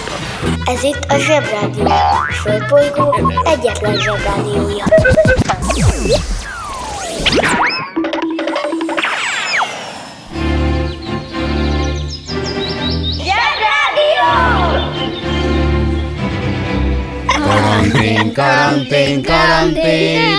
Ez itt a Zsebrádió, a Földbolygó egyetlen Zsebrádiója. Zsebrádió! Karantén, karantén, karantén,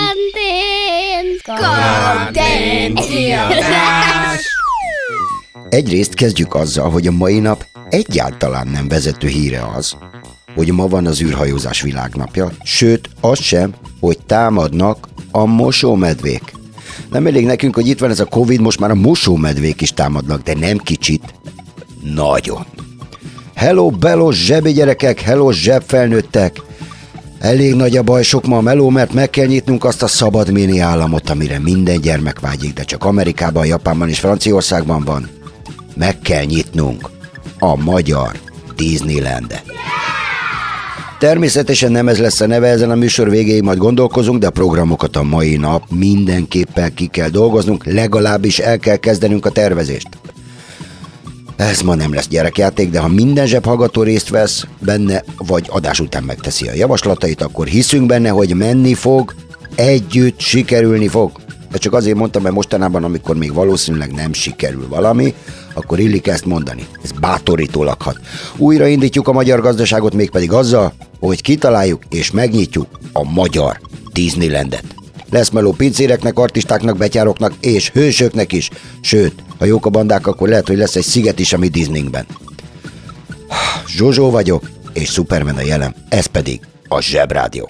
karantén, kiadás. Egyrészt kezdjük azzal, hogy a mai nap egyáltalán nem vezető híre az, hogy ma van az űrhajózás világnapja, sőt, az sem, hogy támadnak a mosómedvék. Nem elég nekünk, hogy itt van ez a Covid, most már a mosómedvék is támadnak, de nem kicsit, nagyon. Hello, bello, zsebi gyerekek, hello, zsebfelnőttek. Elég nagy a baj, sok ma a meló, mert meg kell nyitnunk azt a szabad mini államot, amire minden gyermek vágyik, de csak Amerikában, Japánban és Franciaországban van. Meg kell nyitnunk a magyar Disneylandet. Természetesen nem ez lesz a neve, ezen a műsor végéig majd gondolkozunk, de a programokat a mai nap mindenképpen ki kell dolgoznunk, legalábbis el kell kezdenünk a tervezést. Ez ma nem lesz gyerekjáték, de ha minden zsebhallgató részt vesz benne, vagy adás után megteszi a javaslatait, akkor hiszünk benne, hogy menni fog, együtt sikerülni fog. De csak azért mondtam, mert mostanában, amikor még valószínűleg nem sikerül valami, akkor illik ezt mondani. Ez bátorítólag hat. Újra indítjuk a magyar gazdaságot, mégpedig azzal, hogy kitaláljuk és megnyitjuk a magyar Disneylandet. Lesz meló pincéreknek, artistáknak, betyároknak és hősöknek is. Sőt, ha jók a bandák, akkor lehet, hogy lesz egy sziget is a mi Disneynkben. Zsozsó vagyok, és Superman a jelem, ez pedig a Zsebrádió.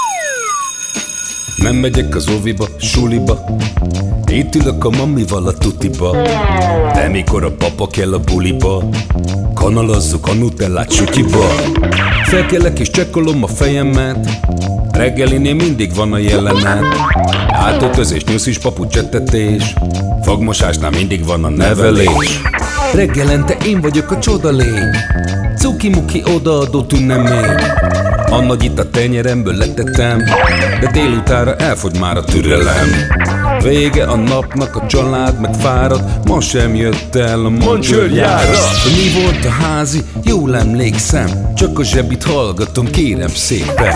Nem megyek az óviba, suliba, itt ülök a mamival a tutiba, de mikor a papa kell a buliba, kanalazzuk a nutellát sütyiba. Felkelek és csekkolom a fejemet, reggelinél mindig van a jelenet. Átöltözés, nyuszis, papucsettetés, fogmosásnál mindig van a nevelés. Reggelente én vagyok a csodalény, cuki-muki odaadó tünemény. A nagy itt a tenyeremből letettem, de délutánra elfogy már a türelem. Vége a napnak, a család meg fárad, ma sem jött el a mancsőrjára. Mi volt a házi? Jól emlékszem, csak a zsebit hallgatom, kérem szépen.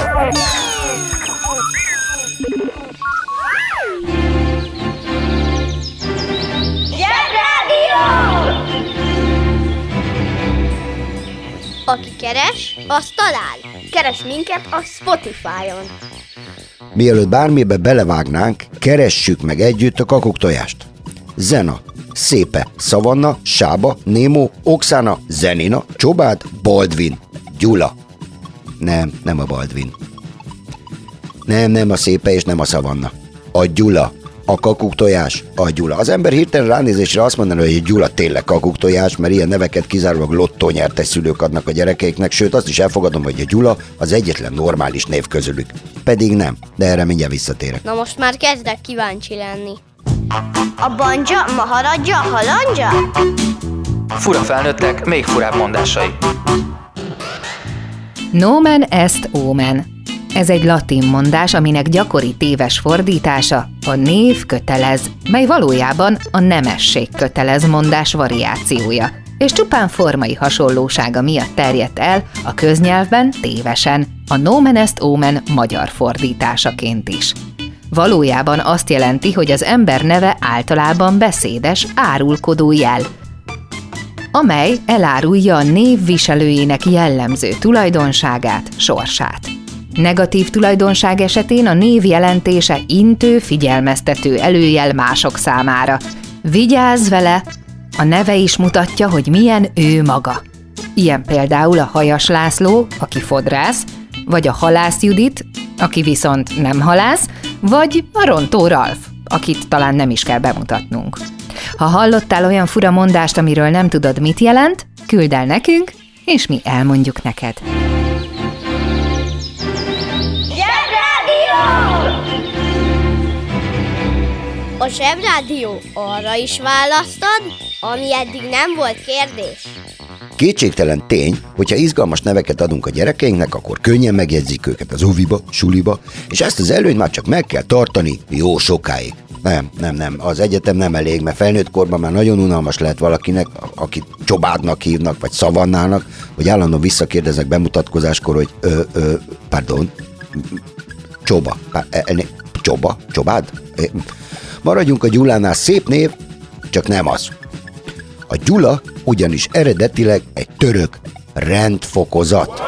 Aki keres, az talál. Keres minket a Spotify-on. Mielőtt bármibe belevágnánk, keressük meg együtt a kakuktojást. Zena, Szépe, Szavanna, Sába, Némó, Okszana, Zenina, Csobád, Baldvin, Gyula. Nem a Baldvin. Nem a Szépe és nem a Szavanna. A Gyula. A kakuktojás, a Gyula. Az ember hirtelen ránézésre azt mondaná, hogy a Gyula tényleg kakuktojás, mert ilyen neveket kizárólag lottónyertes szülők adnak a gyerekeiknek, sőt azt is elfogadom, hogy a Gyula az egyetlen normális név közülük. Pedig nem, de erre mindjárt visszatérek. Na most már kezdek kíváncsi lenni. A banja, maharadja, halandja? Fura felnőttek, még furább mondásai. Nomen est omen. Ez egy latin mondás, aminek gyakori téves fordítása a név kötelez, mely valójában a nemesség kötelez mondás variációja, és csupán formai hasonlósága miatt terjedt el a köznyelvben tévesen, a nomen est omen magyar fordításaként is. Valójában azt jelenti, hogy az ember neve általában beszédes, árulkodó jel, amely elárulja a név viselőjének jellemző tulajdonságát, sorsát. Negatív tulajdonság esetén a név jelentése intő, figyelmeztető előjel mások számára. Vigyázz vele, a neve is mutatja, hogy milyen ő maga. Ilyen például a Hajas László, aki fodrász, vagy a Halász Judit, aki viszont nem halász, vagy a Rontó Ralf, akit talán nem is kell bemutatnunk. Ha hallottál olyan fura mondást, amiről nem tudod, mit jelent, küldd el nekünk, és mi elmondjuk neked. A Zsebrádió arra is választad, ami eddig nem volt kérdés. Kétségtelen tény, hogyha izgalmas neveket adunk a gyerekeinknek, akkor könnyen megjegyzik őket az óviba, suliba, és ezt az előnyt már csak meg kell tartani jó sokáig. Nem. Az egyetem nem elég, mert felnőtt korban már nagyon unalmas lehet valakinek, akit Csobádnak hívnak, vagy Szavannának, hogy állandóan visszakérdeznek bemutatkozáskor, hogy pardon, Csobád? Maradjunk a Gyulánál, szép név, csak nem az. A Gyula ugyanis eredetileg egy török rendfokozat.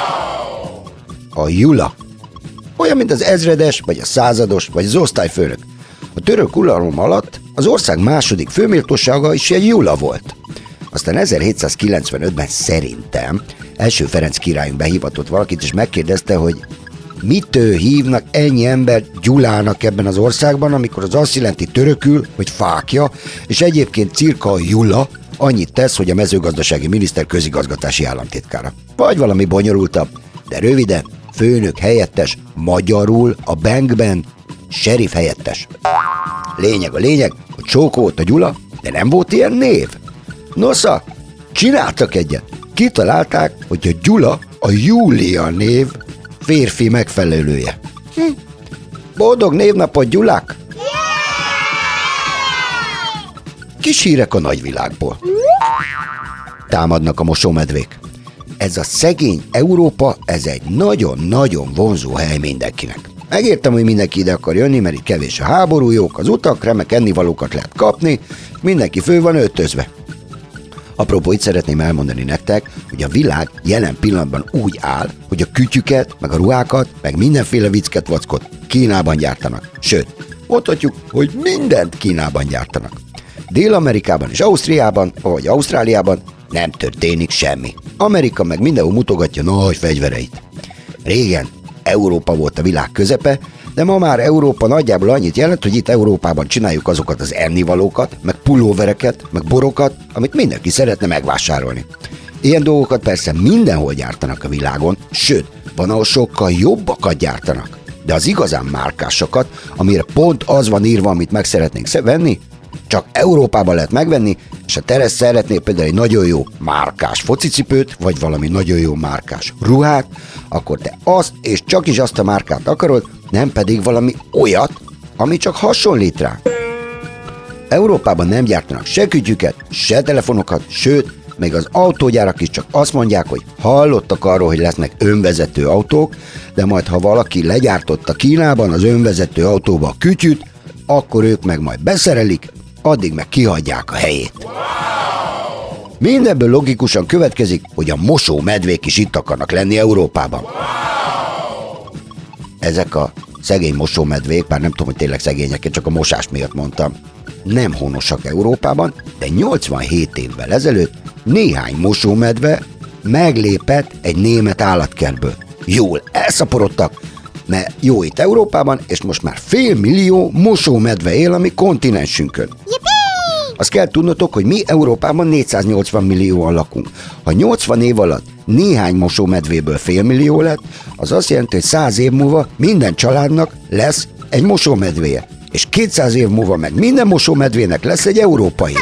A Jula. Olyan, mint az ezredes, vagy a százados, vagy az osztályfőnök. A török uralom alatt az ország második főméltósága is egy Jula volt. Aztán 1795-ben szerintem első Ferenc királyunk behívatott valakit, és megkérdezte, hogy mitől hívnak ennyi ember Gyulának ebben az országban, amikor az azt jelenti törökül, hogy fákja, és egyébként cirka a Jula annyit tesz, hogy a mezőgazdasági miniszter közigazgatási államtitkára. Vagy valami bonyolultabb, de röviden, főnök helyettes, magyarul a bankben sheriff helyettes. Lényeg, hogy csókó volt a Gyula, de nem volt ilyen név. Nosza, csináltak egyet. Kitalálták, hogy a Gyula a Júlia név férfi megfelelője. Boldog névnapot, Gyulák! Kis hírek a nagyvilágból. Támadnak a mosómedvék. Ez a szegény Európa, ez egy nagyon-nagyon vonzó hely mindenkinek. Megértem, hogy mindenki ide akar jönni, mert itt kevés a háború, jók az utak, remek ennivalókat lehet kapni, mindenki fő van öltözve. Apropó, itt szeretném elmondani nektek, hogy a világ jelen pillanatban úgy áll, hogy a kütyüket, meg a ruhákat, meg mindenféle vicket-vackot Kínában gyártanak. Sőt, mondhatjuk, hogy mindent Kínában gyártanak. Dél-Amerikában és Ausztriában, vagy Ausztráliában nem történik semmi. Amerika meg mindenhol mutogatja nagy fegyvereit. Régen Európa volt a világ közepe, de ma már Európa nagyjából annyit jelent, hogy itt Európában csináljuk azokat az ennivalókat, meg pulóvereket, meg borokat, amit mindenki szeretne megvásárolni. Ilyen dolgokat persze mindenhol gyártanak a világon, sőt, van, ahol sokkal jobbakat gyártanak. De az igazán márkásokat, amire pont az van írva, amit meg szeretnénk venni, csak Európában lehet megvenni, és ha te szeretnél például egy nagyon jó márkás focicipőt, vagy valami nagyon jó márkás ruhát, akkor te azt és csak is azt a márkát akarod, nem pedig valami olyat, ami csak hasonlít rá. Európában nem gyártanak se kütyüket, se telefonokat, sőt, még az autógyárak is csak azt mondják, hogy hallottak arról, hogy lesznek önvezető autók, de majd ha valaki legyártotta Kínában az önvezető autóba a kütyüt, akkor ők meg majd beszerelik, addig meg kihagyják a helyét. Mindebből logikusan következik, hogy a mosómedvék is itt akarnak lenni Európában. Ezek a szegény mosómedvék, bár nem tudom, hogy tényleg szegények, csak a mosás miatt mondtam, nem honosak Európában, de 87 évvel ezelőtt néhány mosómedve meglépett egy német állatkertből. Jól elszaporodtak, mert jó itt Európában, és most már 500 000 mosómedve él a mi kontinensünkön. Azt kell tudnotok, hogy mi Európában 480 millióan lakunk. Ha 80 év alatt néhány mosómedvéből 500 000 lett, az azt jelenti, hogy 100 év múlva minden családnak lesz egy mosómedvéje. És 200 év múlva meg minden mosómedvének lesz egy európai.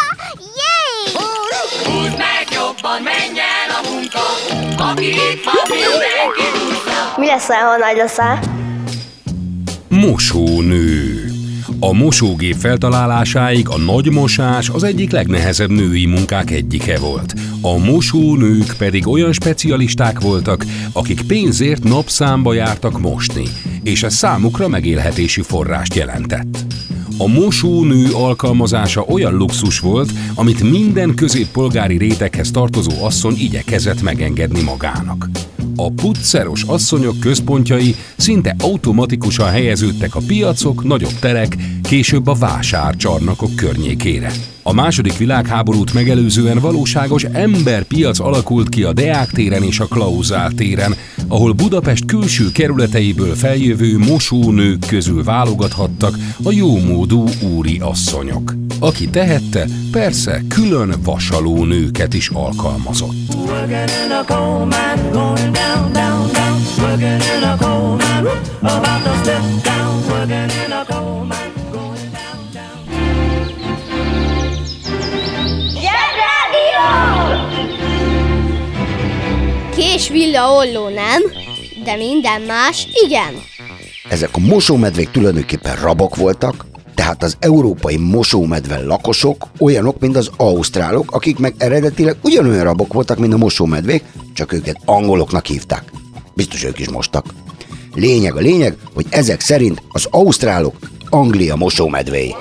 Húzd meg jobban, menj el a munka, aki itt van, mindenki húzza. Mi lesz, ha nagy leszel? Mosónő. A mosógép feltalálásáig a nagymosás az egyik legnehezebb női munkák egyike volt. A mosónők pedig olyan specialisták voltak, akik pénzért napszámba jártak mosni, és ez számukra megélhetési forrást jelentett. A mosónő alkalmazása olyan luxus volt, amit minden középpolgári réteghez tartozó asszony igyekezett megengedni magának. A putceros asszonyok központjai szinte automatikusan helyeződtek a piacok, nagyobb terek, később a vásárcsarnokok környékére. A második világháborút megelőzően valóságos emberpiac alakult ki a Deák téren és a Klauzál téren, ahol Budapest külső kerületeiből feljövő mosónők közül válogathattak a jómódú úri asszonyok. Aki tehette, persze külön vasalónőket is alkalmazott. Kés, villa, olló nem, de minden más igen. Ezek a mosómedvék tulajdonképpen rabok voltak, Tehát az európai mosómedve lakosok olyanok, mint az ausztrálok, akik meg eredetileg ugyanolyan rabok voltak, mint a mosómedvék, csak őket angoloknak hívták. Biztos ők is mostak. Lényeg a lényeg, hogy ezek szerint az ausztrálok Anglia mosómedvéi.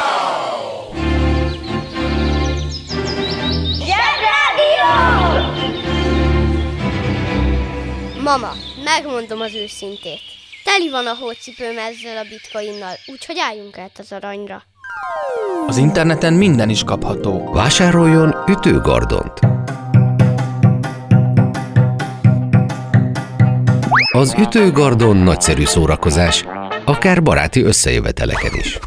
Mama, megmondom az őszintét. Teli van a hócipőm ezzel a bitcoinnal, úgyhogy álljunk át az aranyra. Az interneten minden is kapható. Vásároljon ütőgardont. Az ütőgardon nagyszerű szórakozás, akár baráti összejöveteleken is.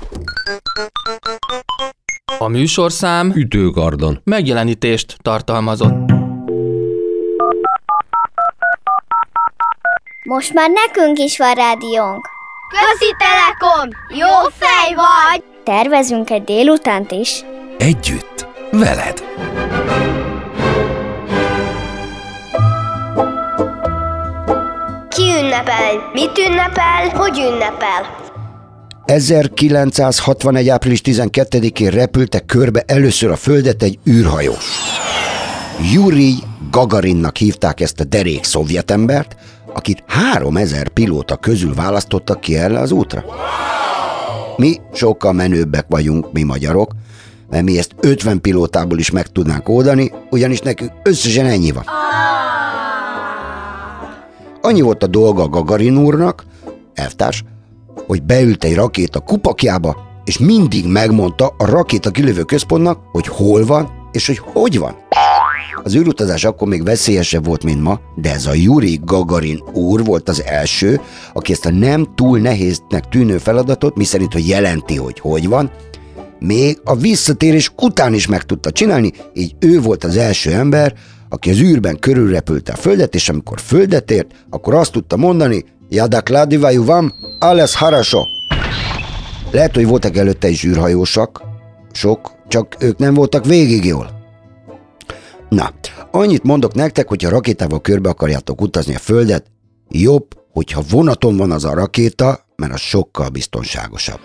A műsorszám Ütőgardon. megjelenítést tartalmazott. Most már nekünk is van rádiónk. Köszi Telekom! Jó fej vagy! Tervezünk egy délutánt is. Együtt, veled. Ki ünnepel? Mit ünnepel? Hogy ünnepel? 1961. április 12-én repülte körbe először a Földet egy űrhajó. Jurij Gagarinnak hívták ezt a derék szovjetembert, akit 3000 pilóta közül választottak ki erre az útra. Mi sokkal menőbbek vagyunk, mi magyarok, mert mi ezt 50 pilótából is meg tudnánk oldani, ugyanis nekünk összesen ennyi van. Annyi volt a dolga a Gagarin úrnak, elvtárs, hogy beült egy rakéta kupakjába, és mindig megmondta a rakéta kilövő központnak, hogy hol van, és hogy van. Az űrutazás akkor még veszélyesebb volt, mint ma, de ez a Jurij Gagarin úr volt az első, aki ezt a nem túl nehéznek tűnő feladatot, miszerint, hogy jelenti, hogy van, még a visszatérés után is meg tudta csinálni, így ő volt az első ember, aki az űrben körülrepülte a Földet, és amikor Földet ért, akkor azt tudta mondani, Jadakladivajú vam, alles harasó. Lehet, hogy voltak előtte is űrhajósak, csak ők nem voltak végig jól. Na, annyit mondok nektek, hogyha rakétával körbe akarjátok utazni a Földet, jobb, hogyha vonaton van az a rakéta, mert az sokkal biztonságosabb.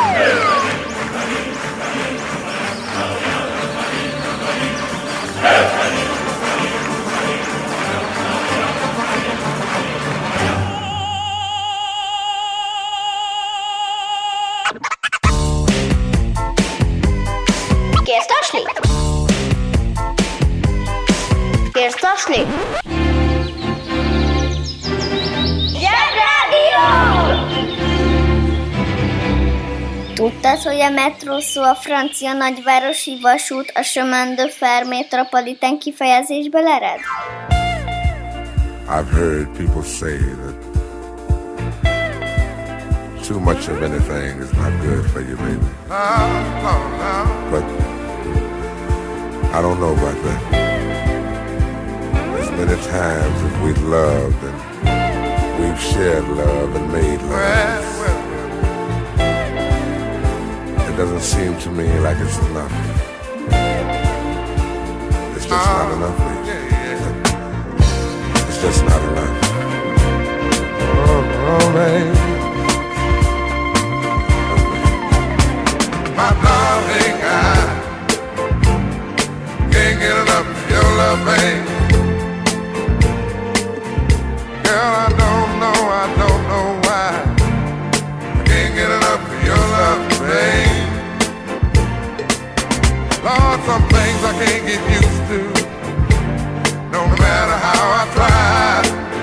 Kérsz tasni? Kérsz tasni? Zsebrádió! Tudtad, hogy a metró szó a francia nagyvárosi vasút a chemin de fer métropolitain kifejezésből ered? I've heard people say that too much of anything is not good for you, baby. But I don't know about that. As many times as we've loved and we've shared love and made love, it doesn't seem to me like it's enough. It's just not enough, baby. It's just not enough. Oh, baby. My darling, I can't get enough of your love, babe. Girl, I don't know why I can't get enough of your love, babe. Lord, some things I can't get used to, no matter how I try.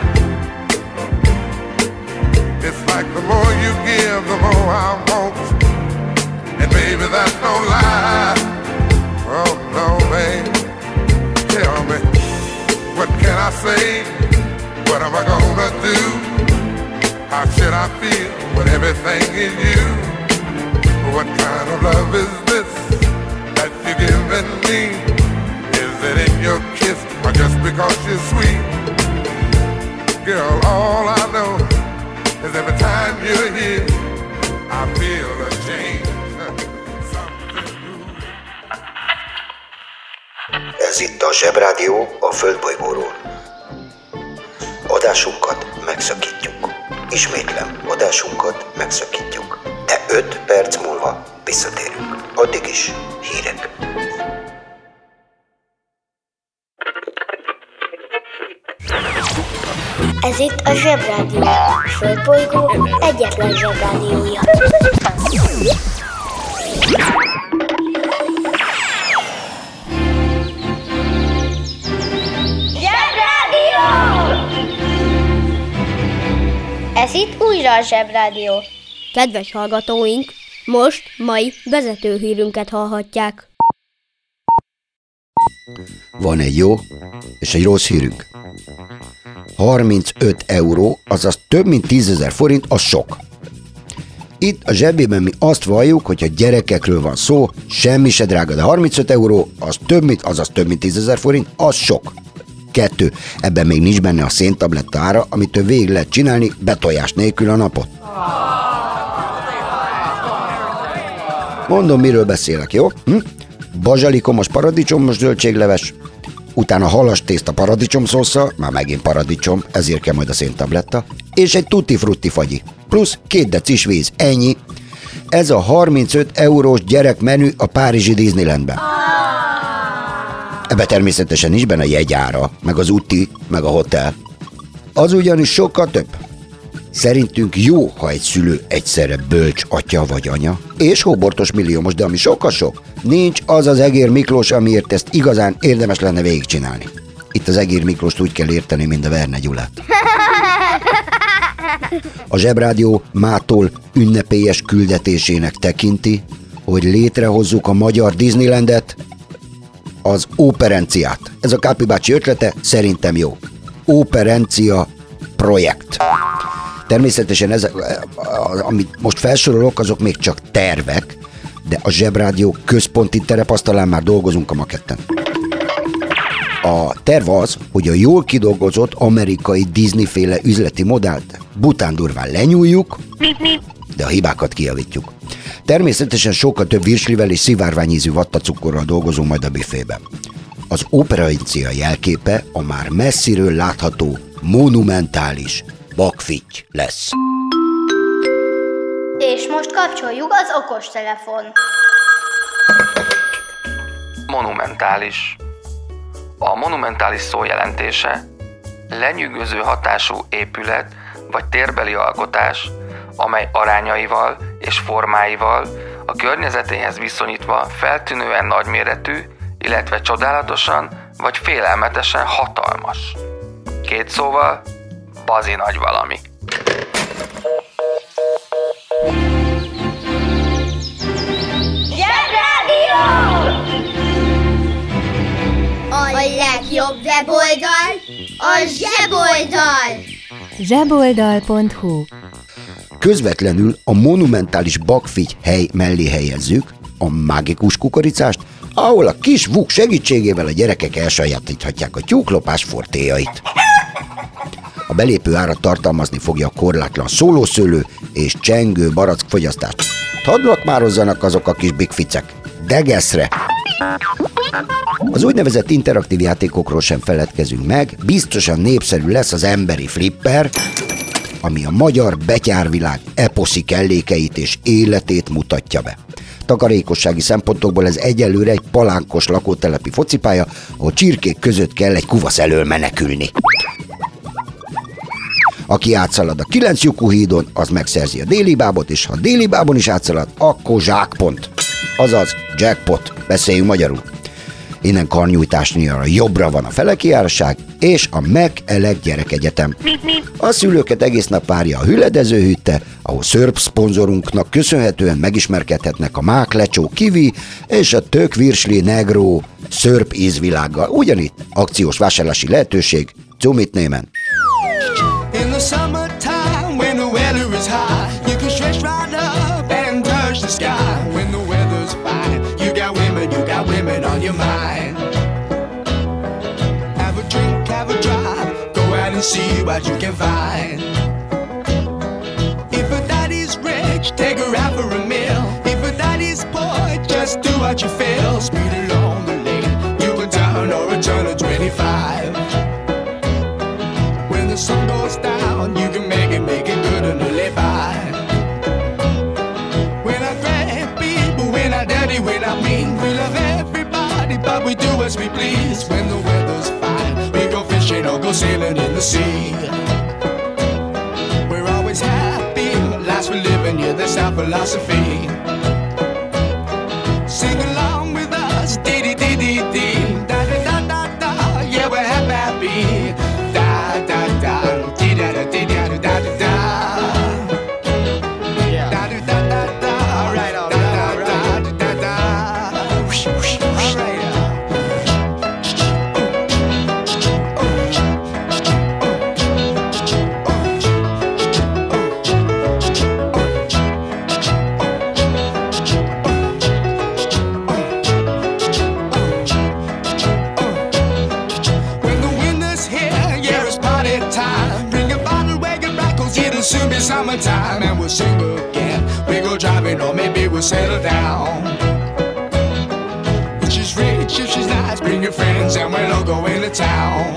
It's like the more you give, the more I want. And baby, that's no lie. Oh no, baby. Tell me, what can I say? What am I gonna do? How should I feel when everything is you? What kind of love is this that you're giving me? Is it in your kiss or just because you're sweet? Girl, all I know is every time you're here, I feel a change. Ez itt a Zsebrádió a Földbolygóról. Adásunkat megszakítjuk. Ismétlem, adásunkat megszakítjuk. De 5 perc múlva visszatérünk. Addig is hírek. Ez itt a Zsebrádió. A Földbolygó egyetlen Zsebrádiója. Zsebrádió! Ez itt újra a Zsebrádió. Kedves hallgatóink, most mai vezetőhírünket hallhatják. Van egy jó és egy rossz hírünk. 35 euró, azaz több mint 10 000 forint, az sok. Itt a Zsebében mi azt valljuk, hogy ha gyerekekről van szó, semmi se drága, de 35 euró, az több mint 10 000 forint, az sok. 2. Ebben még nincs benne a széntabletta ára, amitől végig lehet csinálni betojás nélkül a napot. Mondom, miről beszélek, jó? Bazsalikomos paradicsomos zöldségleves, utána halas tészta paradicsomszóssal, már megint paradicsom, ezért kell majd a széntabletta, és egy tutti frutti fagyi, plusz 2 decis víz, ennyi. Ez a 35 eurós gyerekmenü a párizsi Disneylandben. Ebbe természetesen nincs benne a jegyára, meg az úti, meg a hotel. Az ugyanis sokkal több. Szerintünk jó, ha egy szülő egyszerre bölcs atya vagy anya, és hóbortos milliómos, de ami sokkal sok, nincs az az Egér Miklós, amiért ezt igazán érdemes lenne végigcsinálni. Itt az Egér Miklóst úgy kell érteni, mint a Verne Gyulát. A Zsebrádió mától ünnepélyes küldetésének tekinti, hogy létrehozzuk a magyar Disneylandet, az Óperenciát. Ez a Kápi bácsi ötlete, szerintem jó. Óperencia projekt. Természetesen ezek, amit most felsorolok, azok még csak tervek, de a Zsebrádió központi terepasztalán már dolgozunk a maketten. A terv az, hogy a jól kidolgozott amerikai Disney-féle üzleti modellt bután durván lenyúljuk, de a hibákat kijavítjuk. Természetesen sokkal több virslivel és szivárványízű vattacukorral dolgozunk majd a büfében. Az Óperencia jelképe a már messziről látható monumentális bakfitty lesz. És most kapcsoljuk az okostelefon. Monumentális. A monumentális szó jelentése lenyűgöző hatású épület vagy térbeli alkotás, amely arányaival és formáival a környezetéhez viszonyítva feltűnően nagyméretű, illetve csodálatosan vagy félelmetesen hatalmas. 2 szóval, bazi nagy valami. Zsebrádió! A legjobb weboldal a Zseboldal! Zseboldal.hu. Közvetlenül a monumentális bakfitty hely mellé helyezzük a mágikus kukoricást, ahol a kis vuk segítségével a gyerekek elsajátíthatják a tyúklopás fortéjait. A belépő árat tartalmazni fogja a korlátlan szólószőlő és csengő barack fogyasztást. Hadd lakmározzanak azok a kis bigficek. Degeszre! Az úgynevezett interaktív játékokról sem feledkezünk meg, biztosan népszerű lesz az emberi flipper, ami a magyar betyárvilág eposzi kellékeit és életét mutatja be. Takarékossági szempontokból ez egyelőre egy palánkos lakótelepi focipálya, ahol csirkék között kell egy kuvasz elől menekülni. Aki átszalad a 9 lyukú hídon, az megszerzi a déli bábot, és ha a déli bábon is átszalad, akkor zsákpont. Azaz jackpot, beszéljünk magyarul. Innen karnyújtásnyira jobbra van a Feleki-járság és a Meg-Elek Gyerekegyetem. A szülőket egész nap várja a hüledezőhütte, ahol szörp szponzorunknak köszönhetően megismerkedhetnek a Mák Lecsó Kiwi és a Tök Virsli Negro szörp ízvilággal. Ugyanitt akciós vásárlási lehetőség, zum mitnehmen. In the summertime when the weather is high, you can stretch right up and touch the sky. When the weather's fine, you got women on your mind. Have a drink, have a drive, go out and see what you can find. If a daddy's rich, take her out for a meal. If a daddy's poor, just do what you feel. Speed along the lane, you go down or a turn of 25. When the sun goes down, you can make it good and live by. go sailing in the sea. We're always happy, lives we're living, yeah, that's our philosophy. Sing along with us, dee-dee-dee-dee-dee, da-da-da-da-da, yeah, we're happy, da-da-da, dee-da-da-dee-da-da-da-da. Summertime and we'll sing again. We go driving or maybe we'll settle down. If she's rich, if she's nice, bring your friends and we'll all go into town.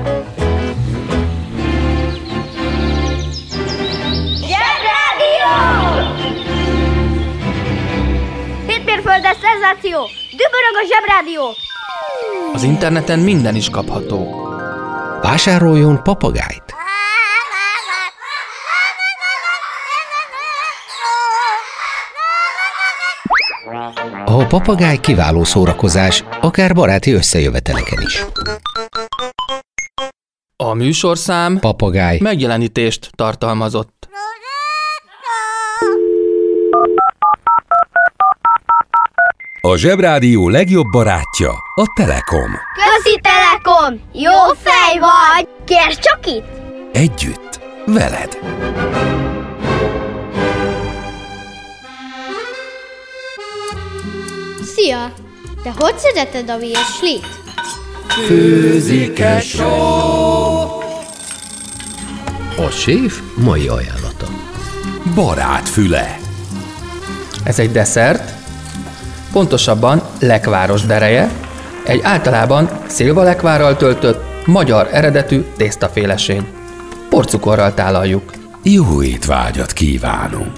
Zsebrádió! Hétmérföldes szenzáció! Dübörög a Zsebrádió! Az interneten minden is kapható. Vásároljon papagájt! A papagáj kiváló szórakozás, akár baráti összejöveteleken is. A műsorszám Papagáj megjelenítést tartalmazott. A Zsebrádió legjobb barátja a Telekom. Köszi Telekom! Jó fej vagy! Kérd csak itt! Együtt, veled. Szia! Te hogy szereted a virslit? Főzik-e só? A séf mai ajánlata. Barátfüle. Ez egy desszert, pontosabban lekváros dereje, egy általában szilvalekvárral töltött, magyar eredetű tésztaféleség. Porcukorral tálaljuk. Jó étvágyat kívánunk!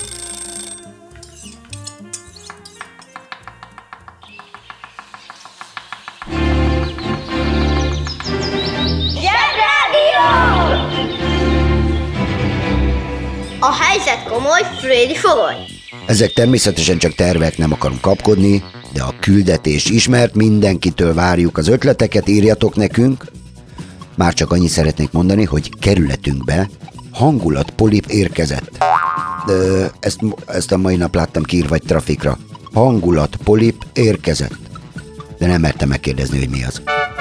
A helyzet komoly, Freddy fogoly. Ezek természetesen csak tervek, nem akarunk kapkodni, de a küldetés ismert, mindenkitől várjuk az ötleteket, írjatok nekünk. Már csak annyit szeretnék mondani, hogy kerületünkbe hangulatpolip érkezett. Ezt a mai nap láttam kiírva egy trafikra. Hangulatpolip érkezett. De nem mertem megkérdezni, hogy mi az.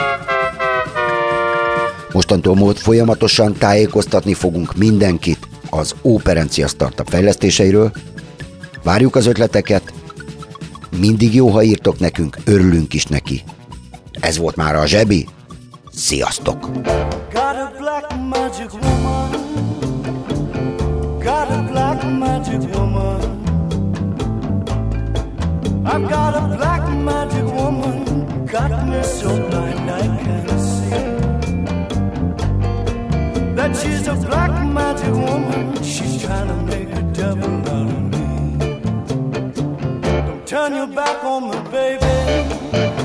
Mostantól folyamatosan tájékoztatni fogunk mindenkit az Operencia Startup fejlesztéseiről. Várjuk az ötleteket, mindig jó, ha írtok nekünk, örülünk is neki. Ez volt már a Zsebi. Sziasztok! Got a black magic woman. Got a black magic woman. I've got a black magic woman. Got me so blind I can't see. That she's a black magic woman. She's trying to make a devil out of me. Don't turn your back on me, baby.